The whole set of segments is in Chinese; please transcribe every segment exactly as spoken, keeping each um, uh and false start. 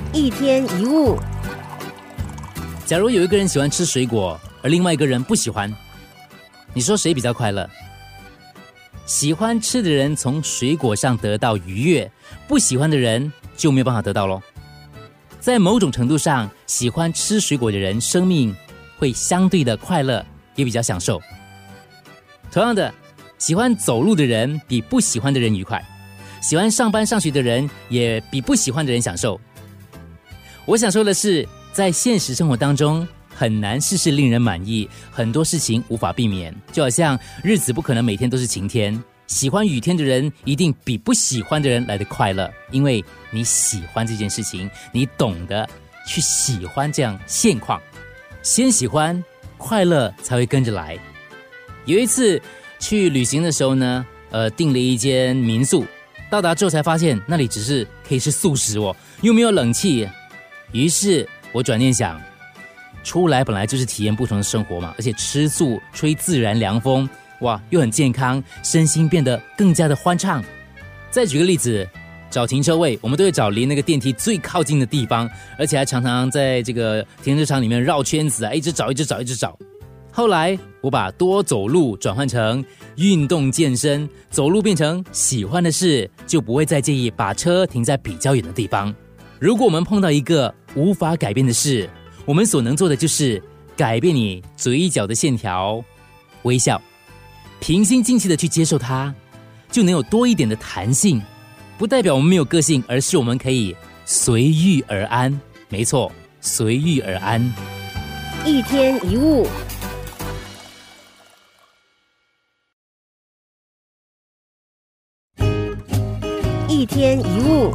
一天一物。 假如有一个人喜欢吃水果，而另外一个人不喜欢，你说谁比较快乐？喜欢吃的人从水果上得到愉悦，不喜欢的人就没有办法得到咯。在某种程度上，喜欢吃水果的人生命会相对的快乐，也比较享受。同样的，喜欢走路的人比不喜欢的人愉快，喜欢上班上学的人也比不喜欢的人享受。我想说的是，在现实生活当中，很难事事令人满意，很多事情无法避免，就好像日子不可能每天都是晴天。喜欢雨天的人一定比不喜欢的人来得快乐，因为你喜欢这件事情，你懂得去喜欢这样现况。先喜欢，快乐才会跟着来。有一次去旅行的时候呢，呃，订了一间民宿，到达之后才发现那里只是可以吃素食哦，又没有冷气。于是我转念想，出来本来就是体验不同的生活嘛，而且吃素吹自然凉风，哇，又很健康，身心变得更加的欢畅。再举个例子，找停车位，我们都会找离那个电梯最靠近的地方，而且还常常在这个停车场里面绕圈子啊，一直找一直找一直找。后来我把多走路转换成运动健身，走路变成喜欢的事，就不会再介意把车停在比较远的地方。如果我们碰到一个无法改变的事，我们所能做的就是改变你嘴角的线条，微笑，平心静气的去接受它，就能有多一点的弹性。不代表我们没有个性，而是我们可以随遇而安。没错，随遇而安。 一天一物。一天一物。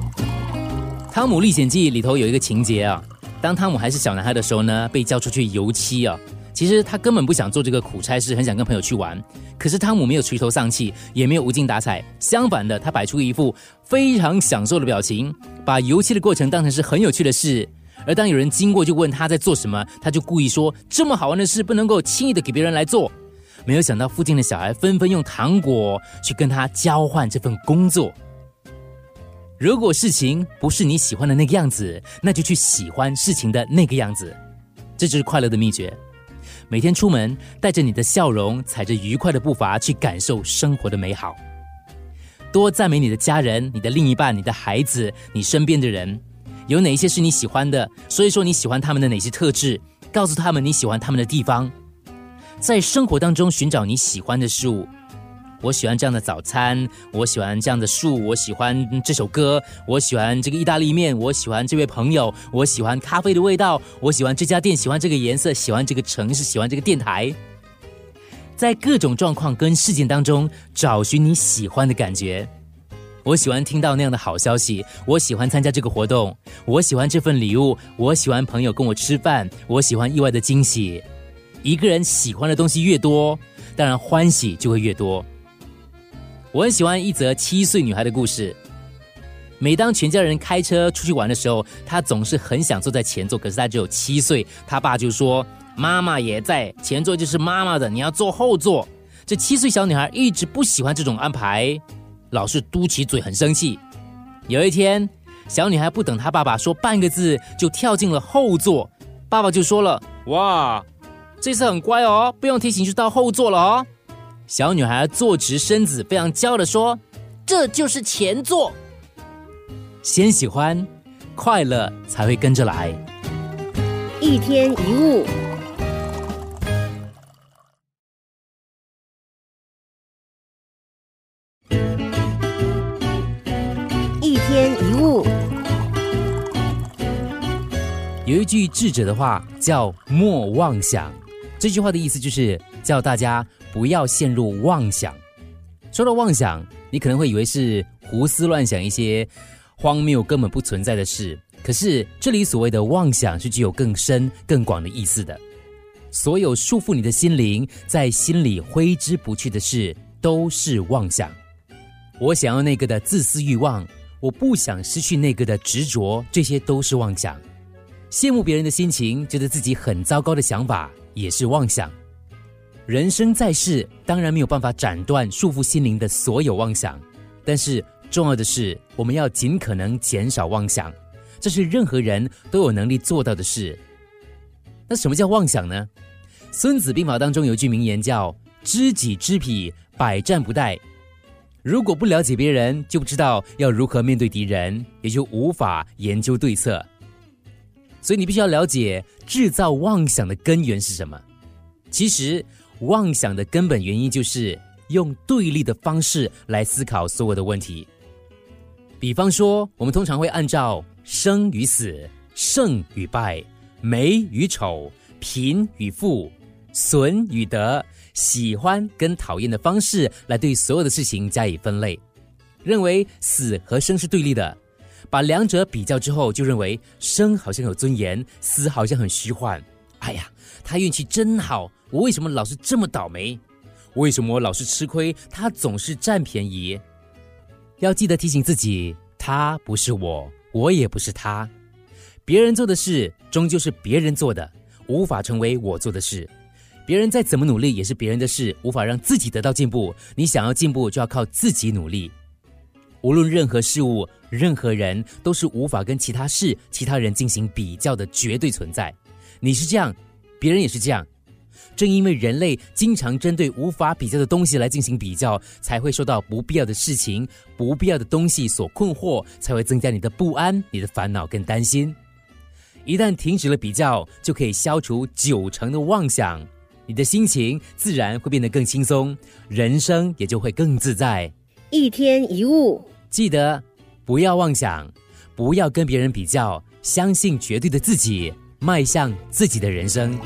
《汤姆历险记》里头有一个情节啊，当汤姆还是小男孩的时候呢，被叫出去油漆啊。其实他根本不想做这个苦差事，很想跟朋友去玩。可是汤姆没有垂头丧气，也没有无精打采，相反的，他摆出一副非常享受的表情，把油漆的过程当成是很有趣的事。而当有人经过就问他在做什么，他就故意说，这么好玩的事不能够轻易的给别人来做。没有想到附近的小孩纷纷用糖果去跟他交换这份工作。如果事情不是你喜欢的那个样子，那就去喜欢事情的那个样子，这就是快乐的秘诀。每天出门，带着你的笑容，踩着愉快的步伐去感受生活的美好。多赞美你的家人、你的另一半、你的孩子、你身边的人，有哪一些是你喜欢的，所以说你喜欢他们的哪些特质，告诉他们你喜欢他们的地方。在生活当中寻找你喜欢的事物。我喜欢这样的早餐，我喜欢这样的树，我喜欢这首歌，我喜欢这个意大利面，我喜欢这位朋友，我喜欢咖啡的味道，我喜欢这家店，喜欢这个颜色，喜欢这个城市，喜欢这个电台。在各种状况跟事件当中找寻你喜欢的感觉。我喜欢听到那样的好消息，我喜欢参加这个活动，我喜欢这份礼物，我喜欢朋友跟我吃饭，我喜欢意外的惊喜。一个人喜欢的东西越多，当然欢喜就会越多。我很喜欢一则七岁女孩的故事。每当全家人开车出去玩的时候，她总是很想坐在前座，可是她只有七岁，她爸就说，妈妈也在，前座就是妈妈的，你要坐后座。这七岁小女孩一直不喜欢这种安排，老是嘟起嘴很生气。有一天，小女孩不等她爸爸说半个字就跳进了后座，爸爸就说了，哇，这次很乖哦，不用提醒就到后座了哦。小女孩坐直身子，非常骄傲地说，这就是前座。先喜欢，快乐才会跟着来。 一天一物。一天一物。 有一句智者的话叫莫妄想，这句话的意思就是叫大家不要陷入妄想。说到妄想，你可能会以为是胡思乱想一些荒谬根本不存在的事，可是这里所谓的妄想是具有更深更广的意思的。所有束缚你的心灵，在心里挥之不去的事，都是妄想。我想要那个的自私欲望，我不想失去那个的执着，这些都是妄想。羡慕别人的心情，觉得自己很糟糕的想法，也是妄想。人生在世，当然没有办法斩断束缚心灵的所有妄想，但是重要的是，我们要尽可能减少妄想， 这是任何人都有能力做到的事。那什么叫妄想呢？孙子兵法当中有句名言叫知己知彼，百战不殆。如果不了解别人，就不知道要如何面对敌人，也就无法研究对策。所以你必须要了解制造妄想的根源是什么。其实妄想的根本原因就是用对立的方式来思考所有的问题。比方说，我们通常会按照生与死、胜与败、美与丑、贫与富、损与得、喜欢跟讨厌的方式来对所有的事情加以分类，认为死和生是对立的，把两者比较之后，就认为生好像有尊严，死好像很虚幻。哎呀，他运气真好，我为什么老是这么倒霉？为什么我老是吃亏？他总是占便宜。要记得提醒自己，他不是我，我也不是他。别人做的事终究是别人做的，无法成为我做的事。别人再怎么努力也是别人的事，无法让自己得到进步。你想要进步，就要靠自己努力。无论任何事物、任何人，都是无法跟其他事、其他人进行比较的绝对存在。你是这样，别人也是这样。正因为人类经常针对无法比较的东西来进行比较，才会受到不必要的事情、不必要的东西所困惑，才会增加你的不安、你的烦恼跟担心。一旦停止了比较，就可以消除九成的妄想，你的心情自然会变得更轻松，人生也就会更自在。 一天一物， 记得不要妄想，不要跟别人比较，相信绝对的自己，迈向自己的人生。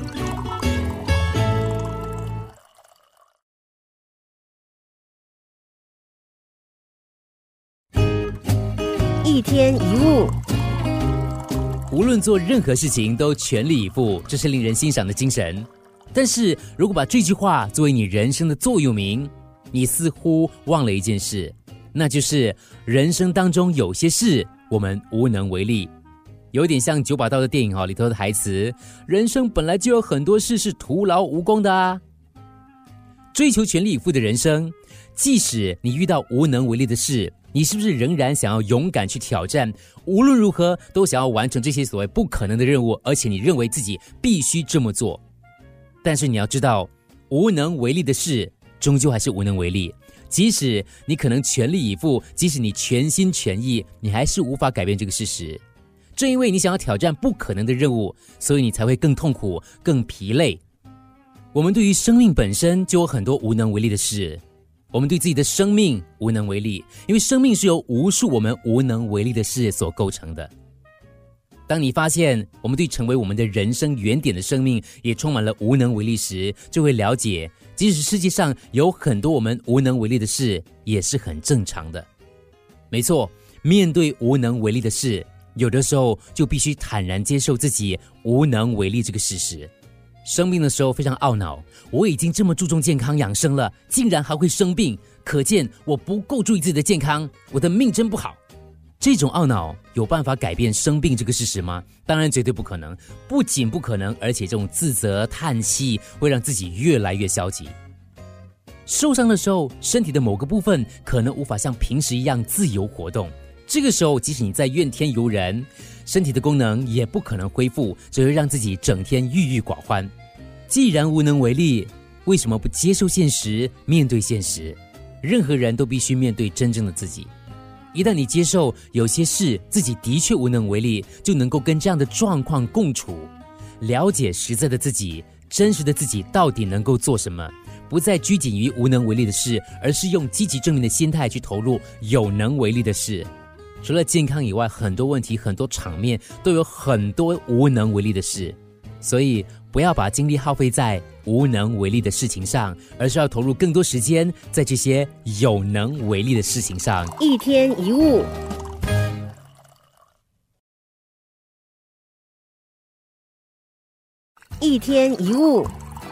一天一物， 无论做任何事情都全力以赴，这是令人欣赏的精神。但是如果把这句话作为你人生的座右铭，你似乎忘了一件事，那就是人生当中有些事我们无能为力。有点像九把刀的电影里头的台词，人生本来就有很多事是徒劳无功的啊。追求全力以赴的人生，即使你遇到无能为力的事，你是不是仍然想要勇敢去挑战？无论如何都想要完成这些所谓不可能的任务，而且你认为自己必须这么做。但是你要知道，无能为力的事终究还是无能为力。即使你可能全力以赴，即使你全心全意，你还是无法改变这个事实。正因为你想要挑战不可能的任务，所以你才会更痛苦、更疲累。我们对于生命本身就有很多无能为力的事，我们对自己的生命无能为力，因为生命是由无数我们无能为力的事所构成的。当你发现我们对成为我们的人生原点的生命也充满了无能为力时，就会了解，即使世界上有很多我们无能为力的事，也是很正常的。没错，面对无能为力的事，有的时候就必须坦然接受自己无能为力这个事实。生病的时候非常懊恼，我已经这么注重健康养生了，竟然还会生病，可见我不够注意自己的健康，我的命真不好。这种懊恼有办法改变生病这个事实吗？当然绝对不可能，不仅不可能，而且这种自责叹气会让自己越来越消极。受伤的时候，身体的某个部分可能无法像平时一样自由活动，这个时候即使你在怨天尤人，身体的功能也不可能恢复，只会让自己整天郁郁寡欢。既然无能为力，为什么不接受现实，面对现实？任何人都必须面对真正的自己。一旦你接受有些事自己的确无能为力，就能够跟这样的状况共处，了解实在的自己，真实的自己到底能够做什么，不再拘谨于无能为力的事，而是用积极正面的心态去投入有能为力的事。除了健康以外，很多问题、很多场面都有很多无能为力的事，所以不要把精力耗费在无能为力的事情上，而是要投入更多时间在这些有能为力的事情上。 一天一物，一天一物，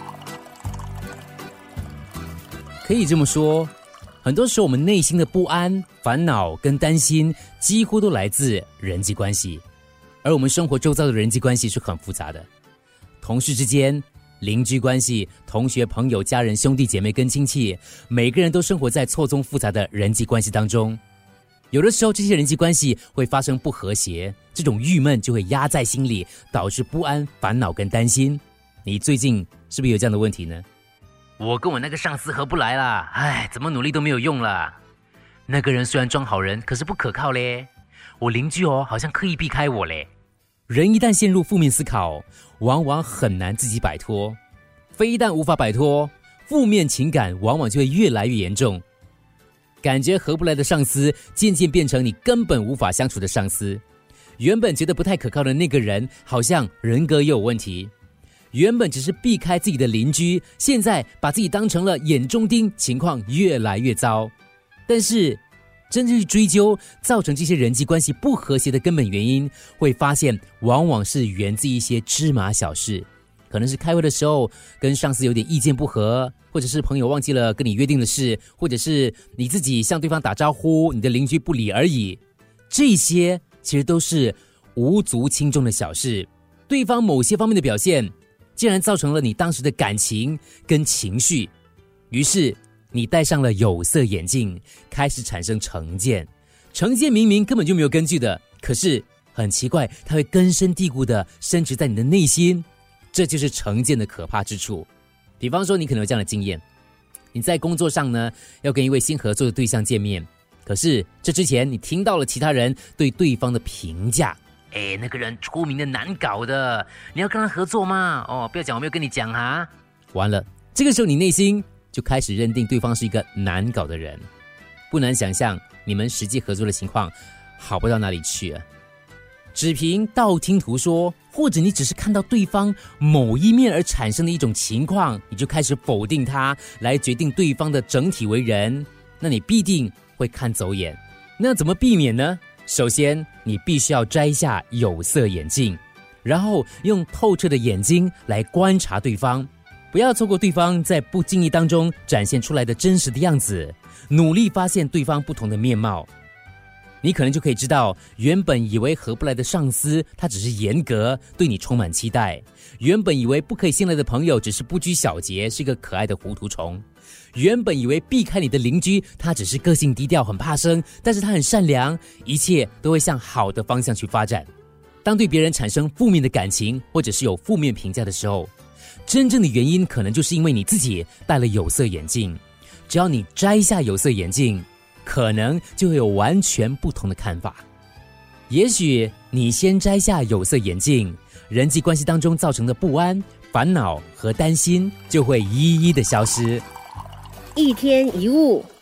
可以这么说，很多时候我们内心的不安、烦恼跟担心几乎都来自人际关系，而我们生活周遭的人际关系是很复杂的，同事之间、邻居关系、同学、朋友、家人、兄弟姐妹跟亲戚，每个人都生活在错综复杂的人际关系当中。 有的时候这些人际关系会发生不和谐，这种郁闷就会压在心里，导致不安、烦恼跟担心。你最近是不是有这样的问题呢？我跟我那个上司合不来啦，唉，怎么努力都没有用啦。那个人虽然装好人，可是不可靠嘞。我邻居哦，好像刻意避开我嘞。人一旦陷入负面思考，往往很难自己摆脱。非但无法摆脱，负面情感往往就会越来越严重。感觉合不来的上司，渐渐变成你根本无法相处的上司。原本觉得不太可靠的那个人，好像人格又有问题。原本只是避开自己的邻居，现在把自己当成了眼中钉，情况越来越糟。但是真正去追究造成这些人际关系不和谐的根本原因，会发现往往是源自一些芝麻小事。可能是开会的时候跟上司有点意见不合，或者是朋友忘记了跟你约定的事，或者是你自己向对方打招呼，你的邻居不理而已。这些其实都是无足轻重的小事，对方某些方面的表现竟然造成了你当时的感情跟情绪，于是你戴上了有色眼镜，开始产生成见。成见明明根本就没有根据的，可是很奇怪，它会根深蒂固的深植在你的内心。这就是成见的可怕之处。比方说，你可能有这样的经验，你在工作上呢，要跟一位新合作的对象见面，可是这之前你听到了其他人对对方的评价，哎，那个人出名的难搞的，你要跟他合作吗？哦，不要讲我没有跟你讲哈。完了，这个时候你内心就开始认定对方是一个难搞的人。不难想象，你们实际合作的情况好不到哪里去啊。只凭道听途说，或者你只是看到对方某一面而产生的一种情况，你就开始否定他，来决定对方的整体为人，那你必定会看走眼。那怎么避免呢？首先，你必须要摘下有色眼镜，然后用透彻的眼睛来观察对方，不要错过对方在不经意当中展现出来的真实的样子，努力发现对方不同的面貌。你可能就可以知道，原本以为合不来的上司，他只是严格，对你充满期待；原本以为不可以信赖的朋友，只是不拘小节，是一个可爱的糊涂虫；原本以为避开你的邻居，他只是个性低调，很怕生，但是他很善良，一切都会向好的方向去发展。当对别人产生负面的感情，或者是有负面评价的时候，真正的原因可能就是因为你自己戴了有色眼镜。只要你摘下有色眼镜，可能就会有完全不同的看法。也许你先摘下有色眼镜，人际关系当中造成的不安、烦恼和担心就会一一的消失。 一天一物。